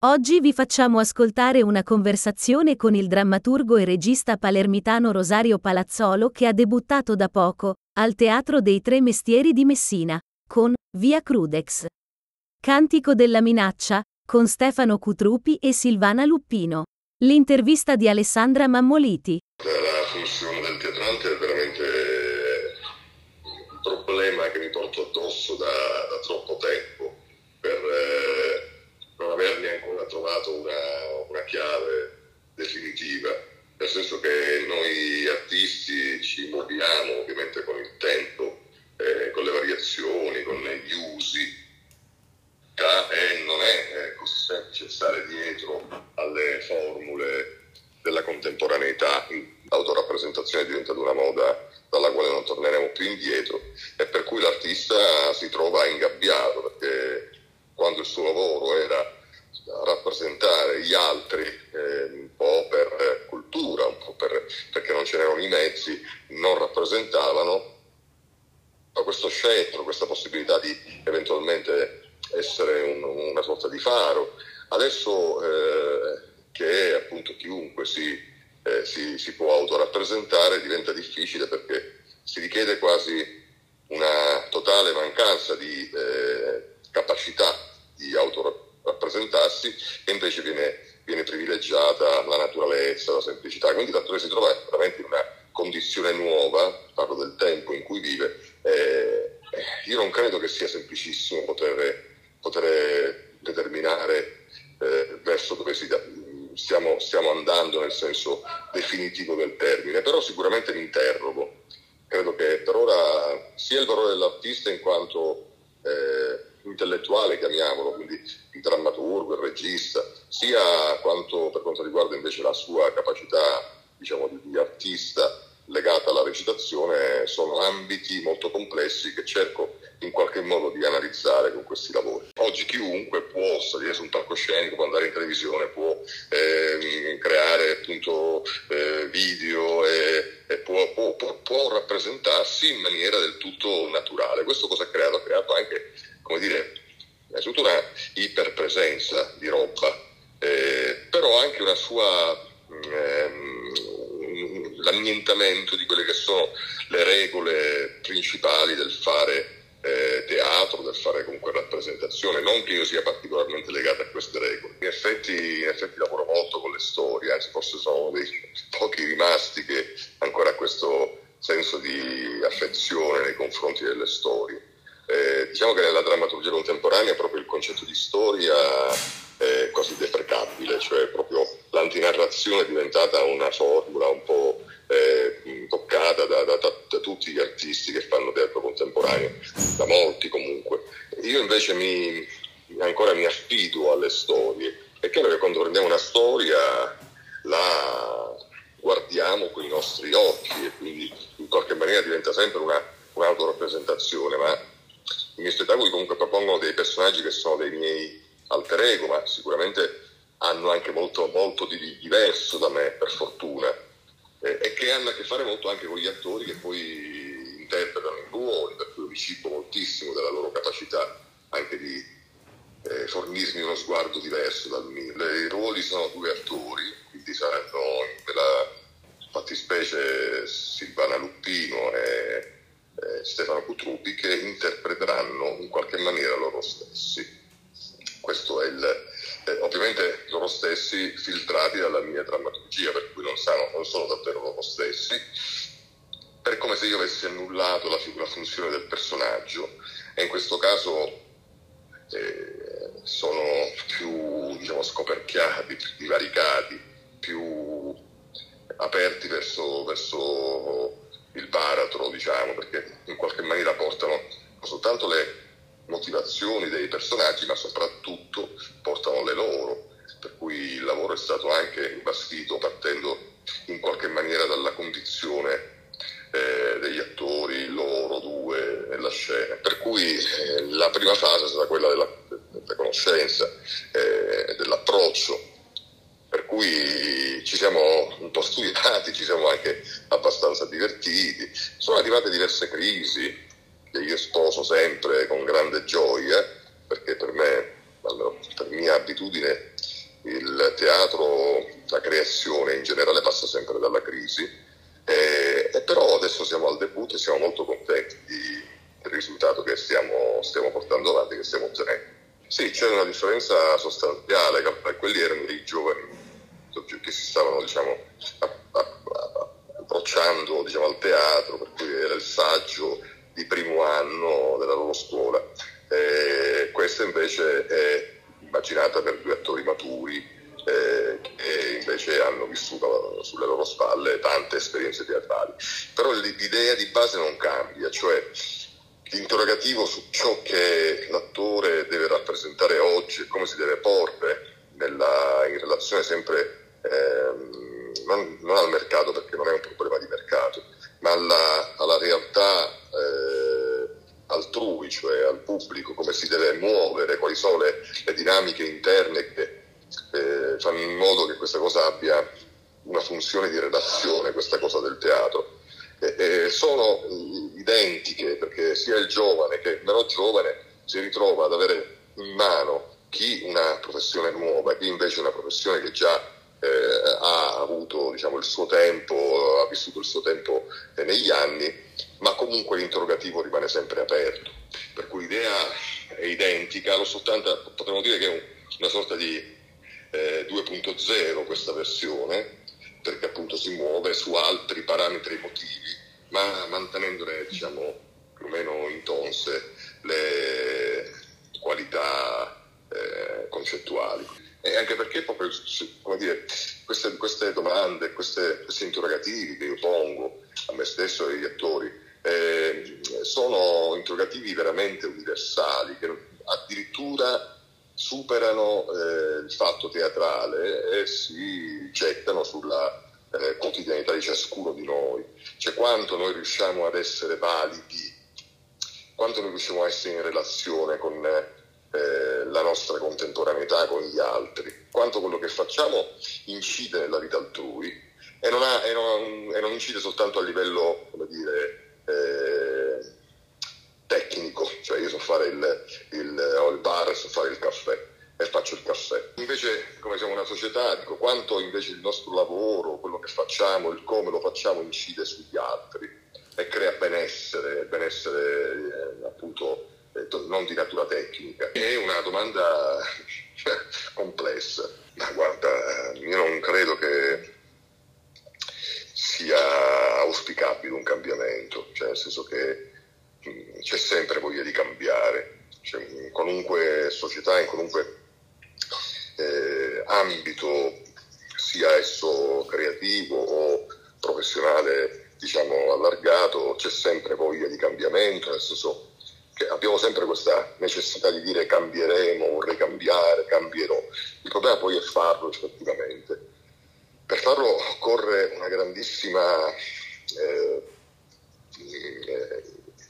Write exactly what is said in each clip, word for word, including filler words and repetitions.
Oggi vi facciamo ascoltare una conversazione con il drammaturgo e regista palermitano Rosario Palazzolo che ha debuttato da poco, al Teatro dei Tre Mestieri di Messina, con Via Crudex. Cantico della minaccia, con Stefano Cutrupi e Silvana Luppino. L'intervista di Alessandra Mammoliti. La funzione del teatrante è veramente un problema che mi porto addosso da, da troppo tempo, per eh, non averne ancora trovato una, una chiave definitiva, nel senso che noi artisti ci muoviamo ovviamente con il tempo, eh, con le variazioni, con gli usi, e non è eh, così semplice stare dietro alle formule della contemporaneità. L'autorappresentazione è diventata una moda dalla quale non torneremo più indietro, e per cui l'artista si trova ingabbiato, perché quando il suo lavoro era rappresentare gli altri, eh, un po' per cultura, un po' per, perché non c'erano i mezzi, non rappresentavano, ma questo scettro, questa possibilità di eventualmente essere un, una sorta di faro. Adesso eh, che appunto chiunque si, eh, si, si può autorappresentare, diventa difficile, perché si richiede quasi una totale mancanza di eh, capacità di autorappresentarsi, e invece viene, viene privilegiata la naturalezza, la semplicità. Quindi l'attore si trova veramente in una condizione nuova, parlo del tempo in cui vive. Eh, io non credo che sia semplicissimo poter, poter determinare eh, verso dove si da, stiamo, stiamo andando nel senso definitivo del termine, però sicuramente mi interrogo. Credo che per ora sia il valore dell'artista in quanto eh, intellettuale, chiamiamolo, quindi il drammaturgo, il regista, sia quanto per quanto riguarda invece la sua capacità, diciamo, di, di artista legata alla recitazione, sono ambiti molto complessi che cerco in qualche modo di analizzare con questi lavori. Oggi chiunque può salire su un palcoscenico, può andare in televisione, può eh, creare appunto eh, video e, e può, può, può, può rappresentarsi in maniera del tutto naturale. Questo cosa ha creato? Ha creato anche, come dire, innanzitutto una iperpresenza di roba, eh, però anche una sua ehm, l'annientamento di quelle che sono le regole principali del fare eh, teatro, del fare comunque rappresentazione. Non che io sia particolarmente legato a queste regole. In effetti, in effetti lavoro molto con le storie, anzi forse sono dei pochi rimasti che ancora ha questo senso di affezione nei confronti delle storie. Eh, diciamo che nella drammaturgia contemporanea proprio il concetto di storia è quasi deprecabile, cioè proprio l'antinarrazione è diventata una formula un po' eh, toccata da, da, da, da tutti gli artisti che fanno teatro contemporaneo, da molti comunque. Io invece mi, ancora mi affido alle storie. È chiaro che quando prendiamo una storia la guardiamo con i nostri occhi e quindi in qualche maniera diventa sempre una, un'autorappresentazione, ma i miei spettacoli comunque propongono dei personaggi che sono dei miei alter ego, ma sicuramente hanno anche molto, molto di diverso da me, per fortuna, eh, e che hanno a che fare molto anche con gli attori che poi interpretano i ruoli, per cui mi cibo moltissimo della loro capacità anche di eh, fornirmi uno sguardo diverso dal mio. I ruoli sono due attori, quindi saranno nella fattispecie Silvana Luppino e eh, Stefano Cutrupi, che interpreteranno in qualche maniera loro stessi. Questo è il, eh, ovviamente loro stessi filtrati dalla mia drammaturgia, per cui non, sanno, non sono davvero loro stessi, per come se io avessi annullato la, la funzione del personaggio, e in questo caso eh, sono più, diciamo, scoperchiati, più divaricati, più aperti verso, verso il baratro, diciamo, perché in qualche maniera portano non soltanto le motivazioni dei personaggi, ma soprattutto portano le loro, per cui il lavoro è stato anche imbastito partendo in qualche maniera dalla condizione eh, degli attori, loro due nella scena, per cui eh, la prima fase è stata quella della, della conoscenza, eh, dell'approccio, per cui ci siamo un po' studiati, ci siamo anche abbastanza divertiti. Sono arrivate diverse crisi che io sposo sempre con grande gioia, perché per me, almeno per mia abitudine, il teatro, la creazione in generale passa sempre dalla crisi, e, e però adesso siamo al debutto e siamo molto contenti di, del risultato che stiamo, stiamo portando avanti, che stiamo ottenendo. Sì, c'è una differenza sostanziale, che quelli erano dei giovani che si stavano, diciamo, approcciando, diciamo, al teatro, per cui era il saggio di primo anno della loro scuola. E questa invece è immaginata per due attori maturi eh, che invece hanno vissuto sulle loro spalle tante esperienze teatrali. Però l'idea di base non cambia, cioè l'interrogativo su ciò che l'attore deve rappresentare oggi e come si deve porre nella, in relazione sempre ehm, non, non al mercato, perché non è un problema di mercato, ma alla, alla realtà eh, altrui, cioè al pubblico, come si deve muovere, quali sono le, le dinamiche interne che eh, fanno in modo che questa cosa abbia una funzione di redazione, questa cosa del teatro. E, e sono identiche, perché sia il giovane che il meno giovane si ritrova ad avere in mano chi una professione nuova, chi invece una professione che già eh, ha avuto, diciamo, il suo tempo, ha vissuto il suo tempo eh, negli anni, ma comunque l'interrogativo rimane sempre aperto, per cui l'idea è identica. Lo soltanto potremmo dire che è un, una sorta di eh, due punto zero questa versione, perché appunto si muove su altri parametri emotivi, ma mantenendone, diciamo, più o meno intonse le qualità eh, concettuali. E anche perché proprio, come dire, queste, queste domande, queste, questi interrogativi che io pongo a me stesso e agli attori eh, sono interrogativi veramente universali, che addirittura superano eh, il fatto teatrale e si gettano sulla eh, quotidianità di ciascuno di noi. Cioè, quanto noi riusciamo ad essere validi, quanto noi riusciamo a essere in relazione con eh, la nostra contemporaneità, con gli altri, quanto quello che facciamo incide nella vita altrui e non, ha, e non, e non incide soltanto a livello, come dire, eh, tecnico, cioè io so fare il, il, ho il bar, so fare il caffè e faccio il caffè. Invece, come siamo una società, dico, quanto invece il nostro lavoro, quello che facciamo, il come lo facciamo incide sugli altri e crea benessere, benessere eh, appunto eh, non di natura tecnica. È una domanda complessa, ma guarda, io non credo che sia auspicabile un cambiamento, cioè nel senso che c'è sempre voglia di cambiare, cioè, in qualunque società, in qualunque eh, ambito, sia esso creativo o professionale, diciamo, allargato, c'è sempre voglia di cambiamento, nel senso che abbiamo sempre questa necessità di dire cambieremo, vorrei cambiare, cambierò. Il problema poi è farlo effettivamente. Per farlo occorre una grandissima eh, eh,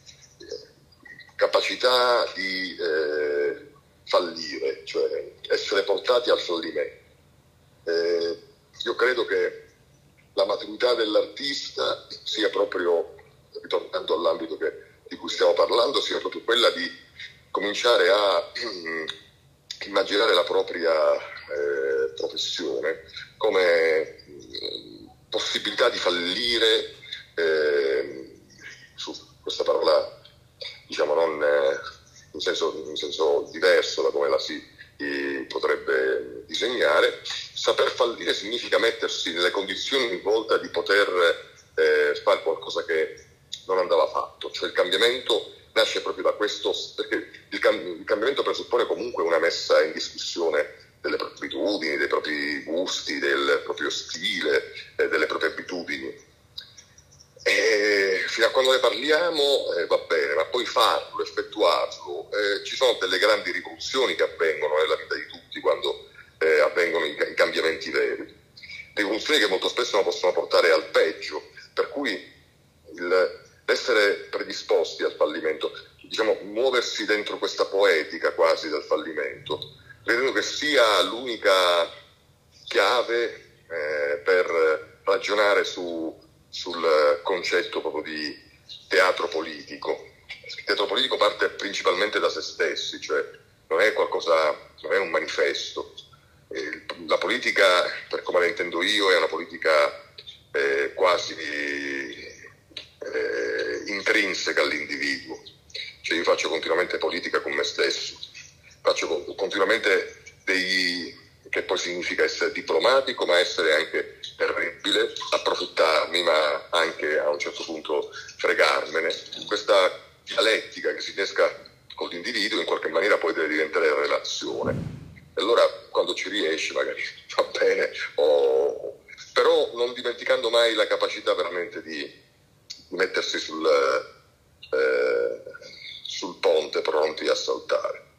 capacità di eh, fallire, cioè essere portati al fallimento. Eh, io credo che la maturità dell'artista sia proprio, ritornando all'ambito che, di cui stiamo parlando, sia proprio quella di cominciare a mm, immaginare la propria eh, professione come mm, possibilità di fallire, eh, su questa parola, diciamo, non eh, in, senso, in senso diverso da come la si eh, potrebbe disegnare. Saper fallire significa mettersi nelle condizioni ogni volta di poter eh, fare qualcosa che non andava fatto, cioè il cambiamento nasce proprio da questo, perché il, cam- il cambiamento presuppone comunque una messa in discussione delle proprie abitudini, dei propri gusti, del proprio stile, eh, delle proprie abitudini. E fino a quando ne parliamo eh, va bene, ma poi farlo, effettuarlo, eh, ci sono delle grandi rivoluzioni che avvengono nella vita di tutti quando eh, avvengono i, i cambiamenti veri, rivoluzioni che molto spesso non possono portare al peggio, per cui il, l'essere predisposti al fallimento, diciamo, muoversi dentro questa poetica quasi del fallimento, credo che sia l'unica chiave eh, per ragionare su sul concetto proprio di teatro politico. Il teatro politico parte principalmente da se stessi, cioè non è qualcosa, non è un manifesto. La, politica, per come la intendo io, è una politica eh, quasi eh, intrinseca all'individuo. Cioè io faccio continuamente politica con me stesso, faccio continuamente dei, che poi significa essere diplomatico, ma essere anche terribile, approfittarmi, ma anche a un certo punto fregarmene. Questa dialettica che si innesca con l'individuo in qualche maniera poi deve diventare relazione. E allora quando ci riesci magari va bene, o... però non dimenticando mai la capacità veramente di mettersi sul, eh, sul ponte pronti a saltare.